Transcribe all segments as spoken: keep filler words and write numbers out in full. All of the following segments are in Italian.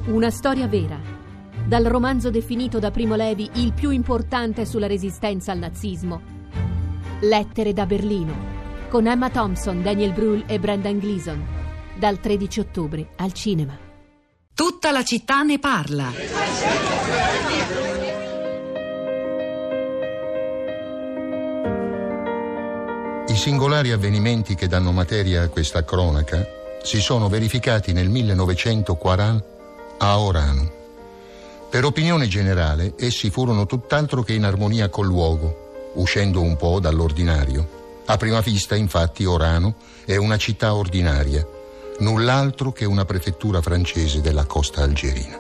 Una storia vera. Dal romanzo definito da Primo Levi il più importante sulla resistenza al nazismo. Lettere da Berlino, con Emma Thompson, Daniel Brühl e Brendan Gleeson. Dal tredici ottobre al cinema. Tutta la città ne parla. I singolari avvenimenti che danno materia a questa cronaca si sono verificati nel millenovecentoquaranta a Orano. Per opinione generale, essi furono tutt'altro che in armonia col luogo, uscendo un po' dall'ordinario. A prima vista, infatti, Orano è una città ordinaria, null'altro che una prefettura francese della costa algerina.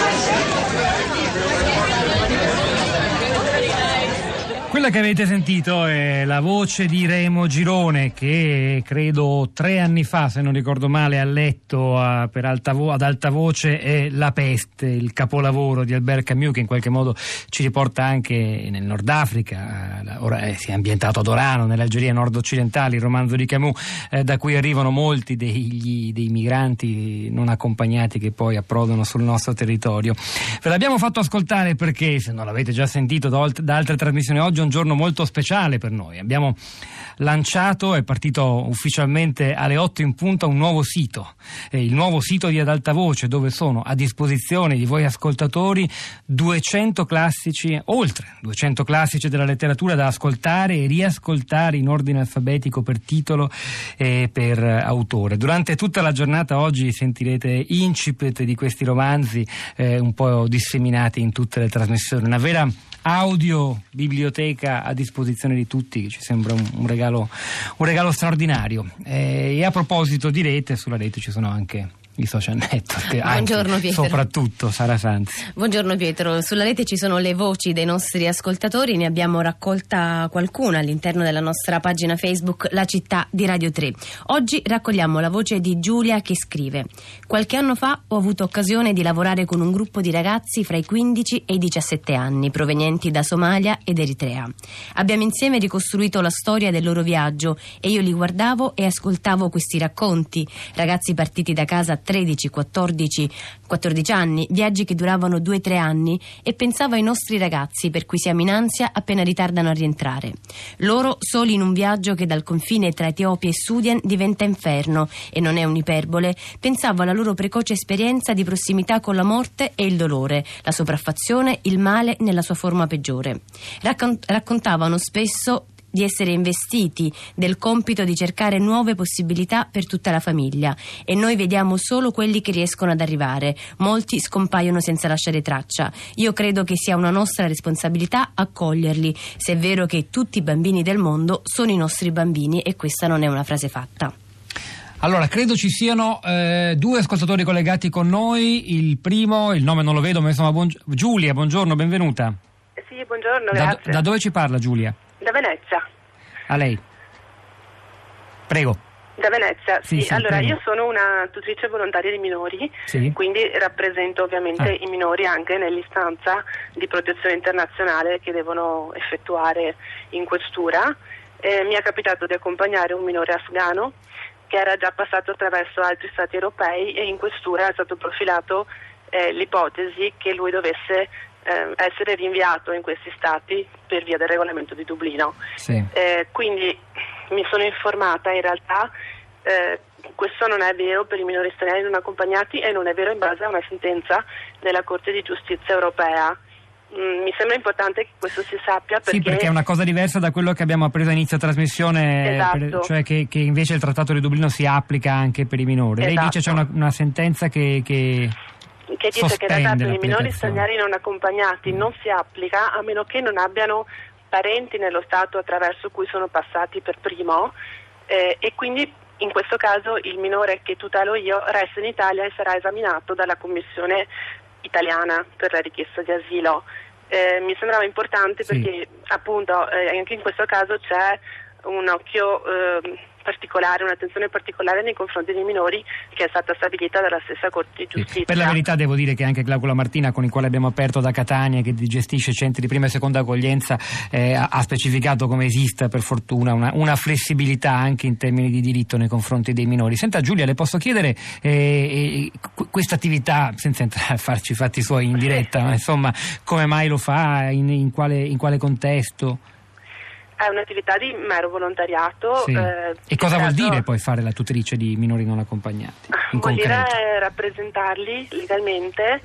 Quella che avete sentito è la voce di Remo Girone, che credo tre anni fa, se non ricordo male, ha letto a, per alta vo- ad alta voce è La peste, il capolavoro di Albert Camus, che in qualche modo ci riporta anche nel Nord Africa. Ora eh, si è ambientato ad Orano, nell'Algeria nord-occidentale, il romanzo di Camus, eh, da cui arrivano molti degli, dei migranti non accompagnati che poi approdano sul nostro territorio. Ve l'abbiamo fatto ascoltare perché, se non l'avete già sentito da, da altre trasmissioni, oggi è un giorno molto speciale per noi. Abbiamo lanciato, è partito ufficialmente alle otto in punta un nuovo sito, eh, il nuovo sito di Ad Alta Voce, dove sono a disposizione di voi ascoltatori duecento classici, oltre duecento classici della letteratura da ascoltare e riascoltare in ordine alfabetico per titolo e per autore. Durante tutta la giornata oggi sentirete incipit di questi romanzi eh, un po' disseminati in tutte le trasmissioni, una vera audio biblioteca a disposizione di tutti, che ci sembra un, un regalo un regalo straordinario. Eh, e a proposito di rete, sulla rete ci sono anche i social network. Buongiorno anche, Pietro. Soprattutto Sara Sanzi. Buongiorno Pietro. Sulla rete ci sono le voci dei nostri ascoltatori, ne abbiamo raccolta qualcuna all'interno della nostra pagina Facebook La Città di Radio tre. Oggi raccogliamo la voce di Giulia, che scrive: qualche anno fa ho avuto occasione di lavorare con un gruppo di ragazzi fra i quindici e i diciassette anni provenienti da Somalia ed Eritrea. Abbiamo insieme ricostruito la storia del loro viaggio e io li guardavo e ascoltavo questi racconti, ragazzi partiti da casa tredici, quattordici, quattordici anni, viaggi che duravano due tre anni, e pensavo ai nostri ragazzi per cui siamo in ansia appena ritardano a rientrare. Loro soli in un viaggio che dal confine tra Etiopia e Sudan diventa inferno, e non è un'iperbole. Pensavo alla loro precoce esperienza di prossimità con la morte e il dolore, la sopraffazione, il male nella sua forma peggiore. Raccont- raccontavano spesso di essere investiti del compito di cercare nuove possibilità per tutta la famiglia, e noi vediamo solo quelli che riescono ad arrivare. Molti scompaiono senza lasciare traccia. Io credo che sia una nostra responsabilità accoglierli, se è vero che tutti i bambini del mondo sono i nostri bambini, e questa non è una frase fatta. Allora, credo ci siano eh, due ascoltatori collegati con noi. Il primo, il nome non lo vedo, ma insomma, buong- Giulia, buongiorno, benvenuta. Sì, buongiorno, da, grazie. Da dove ci parla Giulia? Da Venezia. A lei. Prego. Da Venezia, sì. sì, sì allora, prego. Io sono una tutrice volontaria di minori, sì. Quindi rappresento ovviamente ah. i minori anche nell'istanza di protezione internazionale che devono effettuare in questura. Eh, mi è capitato di accompagnare un minore afghano che era già passato attraverso altri stati europei, e in questura è stato profilato eh, l'ipotesi che lui dovesse eh, essere rinviato in questi stati per via del regolamento di Dublino. Sì. Eh, quindi mi sono informata, in realtà eh, questo non è vero per i minori stranieri non accompagnati, e non è vero in base a una sentenza della Corte di Giustizia europea. Mm, mi sembra importante che questo si sappia, perché... Sì, perché è una cosa diversa da quello che abbiamo appreso a inizio trasmissione, esatto. per, cioè che, che invece il Trattato di Dublino si applica anche per i minori. Esatto. Lei dice c'è una, una sentenza che... che... che dice che in realtà per i minori stranieri non accompagnati non si applica, a meno che non abbiano parenti nello Stato attraverso cui sono passati per primo, eh, e quindi in questo caso il minore che tutelo io resta in Italia e sarà esaminato dalla Commissione italiana per la richiesta di asilo. Eh, mi sembrava importante perché sì. appunto eh, anche in questo caso c'è un occhio eh, particolare, un'attenzione particolare nei confronti dei minori che è stata stabilita dalla stessa Corte di Giustizia. Sì. Per la verità devo dire che anche Claudio Lamartina, con il quale abbiamo aperto da Catania, che gestisce centri di prima e seconda accoglienza, eh, ha, ha specificato come esista per fortuna una, una flessibilità anche in termini di diritto nei confronti dei minori. Senta Giulia, le posso chiedere eh, questa attività, senza entrare a farci i fatti suoi in diretta, ma insomma come mai lo fa, in, in, quale, in quale contesto? È un'attività di mero volontariato. Sì. Eh, e cosa vuol caso... dire poi fare la tutrice di minori non accompagnati? In vuol concreto? dire rappresentarli legalmente,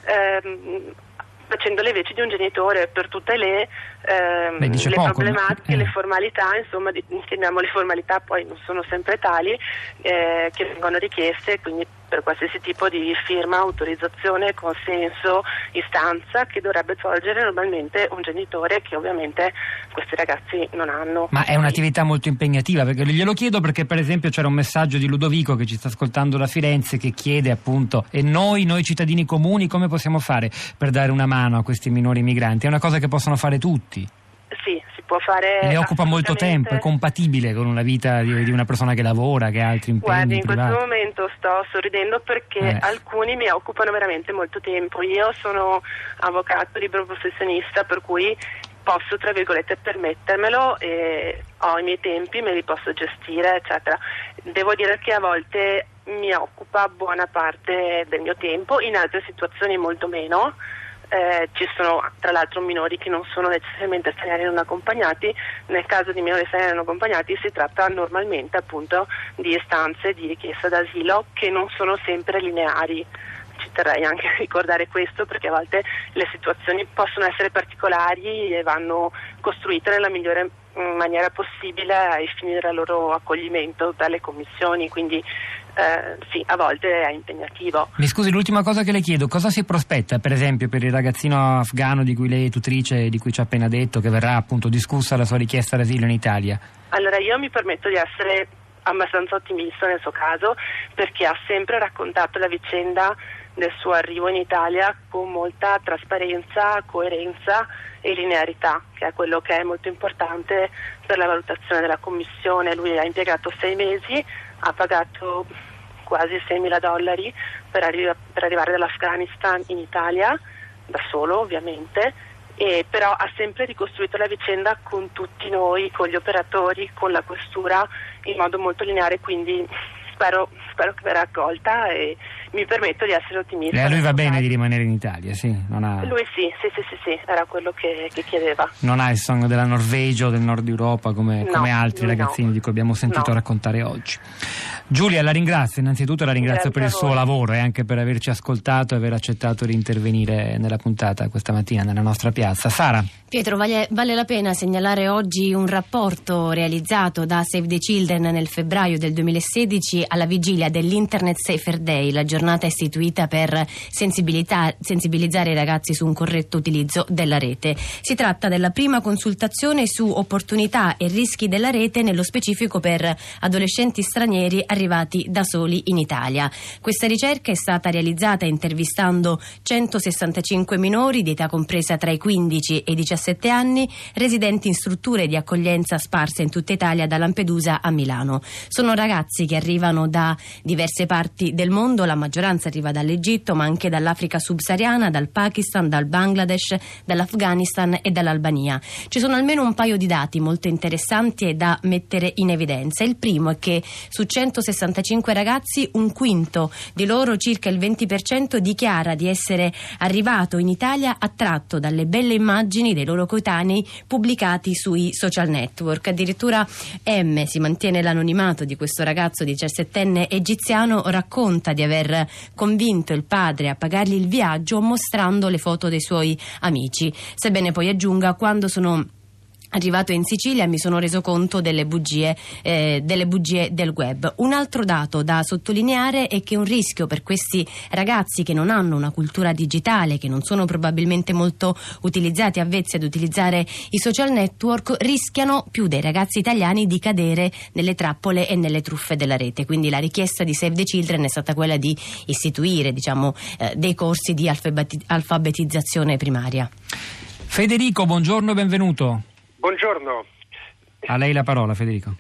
ehm, facendo le veci di un genitore per tutte le, ehm, Beh, dice le poco, problematiche, eh. le formalità, insomma, di, chiamiamo le formalità, poi non sono sempre tali, eh, che vengono richieste, quindi per qualsiasi tipo di firma, autorizzazione, consenso, istanza che dovrebbe svolgere normalmente un genitore, che ovviamente questi ragazzi non hanno. Ma è un'attività molto impegnativa, perché glielo chiedo perché per esempio c'era un messaggio di Ludovico che ci sta ascoltando da Firenze, che chiede appunto: e noi, noi cittadini comuni, come possiamo fare per dare una mano a questi minori migranti? È una cosa che possono fare tutti. Sì, si può fare. E le occupa molto tempo, è compatibile con una vita di, di una persona che lavora, che ha altri impegni. Guardi, in privati. questo momento sto sorridendo perché eh. alcuni mi occupano veramente molto tempo. Io sono avvocato libero professionista, per cui posso, tra virgolette, permettermelo, e ho i miei tempi, me li posso gestire, eccetera. Devo dire che a volte mi occupa buona parte del mio tempo, in altre situazioni molto meno. Eh, ci sono tra l'altro minori che non sono necessariamente stranieri non accompagnati. Nel caso di minori stranieri non accompagnati si tratta normalmente appunto di istanze di richiesta d'asilo che non sono sempre lineari. Ci terrei anche a ricordare questo, perché a volte le situazioni possono essere particolari e vanno costruite nella migliore maniera possibile ai fini del loro accoglimento dalle commissioni, quindi eh, sì, a volte è impegnativo. Mi scusi, l'ultima cosa che le chiedo: cosa si prospetta per esempio per il ragazzino afghano di cui lei è tutrice, di cui ci ha appena detto, che verrà appunto discussa la sua richiesta d'asilo in Italia? Allora, io mi permetto di essere abbastanza ottimista nel suo caso, perché ha sempre raccontato la vicenda del suo arrivo in Italia con molta trasparenza, coerenza e linearità, che è quello che è molto importante per la valutazione della commissione. Lui ha impiegato sei mesi, ha pagato quasi seimila dollari per, arri- per arrivare dall'Afghanistan in Italia, da solo ovviamente, e però ha sempre ricostruito la vicenda con tutti noi, con gli operatori, con la questura, in modo molto lineare, quindi spero, spero che verrà accolta e mi permetto di essere ottimista. E a lui va bene di rimanere in Italia, sì? Non ha... Lui sì, sì, sì, sì, sì, era quello che, che chiedeva. Non ha il sogno della Norvegia o del nord Europa come, no, come altri no. ragazzini di cui abbiamo sentito no. raccontare oggi. Giulia, la ringrazio, innanzitutto la ringrazio Grazie per il suo voi. lavoro e anche per averci ascoltato e aver accettato di intervenire nella puntata questa mattina nella nostra piazza. Sara? Pietro, vale, vale la pena segnalare oggi un rapporto realizzato da Save the Children nel febbraio del duemilasedici alla vigilia dell'Internet Safer Day, la giornata istituita per sensibilizzare i ragazzi su un corretto utilizzo della rete. Si tratta della prima consultazione su opportunità e rischi della rete, nello specifico per adolescenti stranieri arrivati da soli in Italia. Questa ricerca è stata realizzata intervistando centosessantacinque minori di età compresa tra i quindici e i diciassette anni, residenti in strutture di accoglienza sparse in tutta Italia, da Lampedusa a Milano. Sono ragazzi che arrivano da diverse parti del mondo, la maggioranza arriva dall'Egitto, ma anche dall'Africa subsahariana, dal Pakistan, dal Bangladesh, dall'Afghanistan e dall'Albania. Ci sono almeno un paio di dati molto interessanti e da mettere in evidenza. Il primo è che su centosessantacinque ragazzi, un quinto di loro, circa il venti per cento, dichiara di essere arrivato in Italia attratto dalle belle immagini dei loro coetanei pubblicati sui social network. Addirittura M, si mantiene l'anonimato di questo ragazzo diciassettenne egiziano, racconta di aver convinto il padre a pagargli il viaggio mostrando le foto dei suoi amici, sebbene poi aggiunga: quando sono arrivato in Sicilia mi sono reso conto delle bugie, eh, delle bugie del web. Un altro dato da sottolineare è che un rischio per questi ragazzi che non hanno una cultura digitale, che non sono probabilmente molto utilizzati, avvezzi ad utilizzare i social network, rischiano più dei ragazzi italiani di cadere nelle trappole e nelle truffe della rete. Quindi la richiesta di Save the Children è stata quella di istituire, diciamo, eh, dei corsi di alfabeti- alfabetizzazione primaria. Federico, buongiorno e benvenuto. Buongiorno. A lei la parola, Federico. Eh,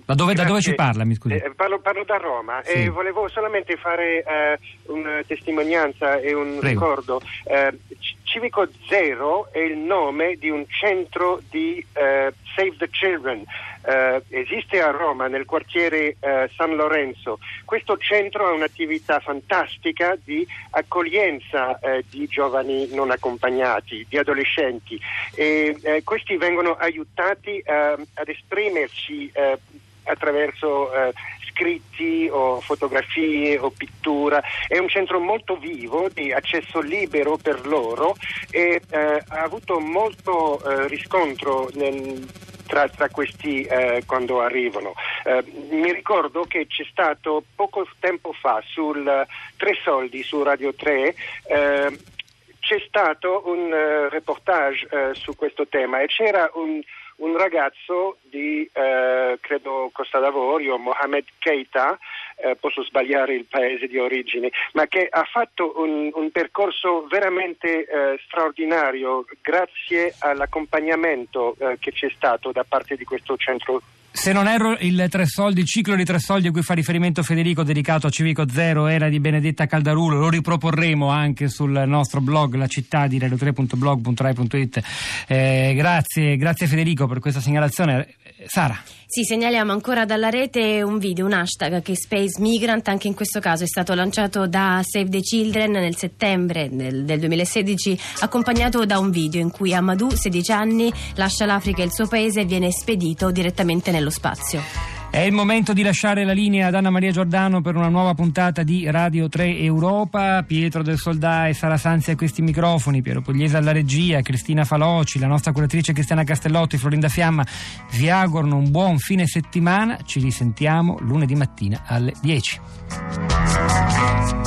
Da dove, da dove ci parla, mi scusi? Eh, parlo, parlo da Roma sì. e volevo solamente fare eh, una testimonianza e un Prego. ricordo. Eh, Civico Zero è il nome di un centro di eh, Save the Children. Eh, esiste a Roma, nel quartiere eh, San Lorenzo. Questo centro ha un'attività fantastica di accoglienza eh, di giovani non accompagnati, di adolescenti, e eh, questi vengono aiutati eh, ad esprimersi eh, attraverso eh, scritti o fotografie o pittura. È un centro molto vivo, di accesso libero per loro, e eh, ha avuto molto eh, riscontro nel Tra, tra questi eh, quando arrivano. Eh, mi ricordo che c'è stato poco tempo fa sul Tre Soldi su Radio tre, eh, c'è stato un uh, reportage uh, su questo tema e c'era un, un ragazzo di uh, credo Costa d'Avorio, Mohamed Keita, uh, posso sbagliare il paese di origine, ma che ha fatto un, un percorso veramente uh, straordinario grazie all'accompagnamento uh, che c'è stato da parte di questo centro. Se non erro, il Tre Soldi, il ciclo di Tre Soldi a cui fa riferimento Federico, dedicato a Civico Zero, era di Benedetta Caldarulo. Lo riproporremo anche sul nostro blog, la città di radio tre punto blog punto rai punto it. Eh, grazie, grazie Federico per questa segnalazione. Sara. Sì, segnaliamo ancora dalla rete un video, un hashtag che è Space Migrant. Anche in questo caso è stato lanciato da Save the Children nel settembre del, del duemilasedici, accompagnato da un video in cui Amadou, sedici anni, lascia l'Africa e il suo paese e viene spedito direttamente nello spazio. È il momento di lasciare la linea ad Anna Maria Giordano per una nuova puntata di Radio tre Europa. Pietro del Soldà e Sara Sanzi a questi microfoni, Piero Pugliese alla regia, Cristina Faloci, la nostra curatrice Cristiana Castellotti, Florinda Fiamma vi augurano un buon fine settimana. Ci risentiamo lunedì mattina alle dieci.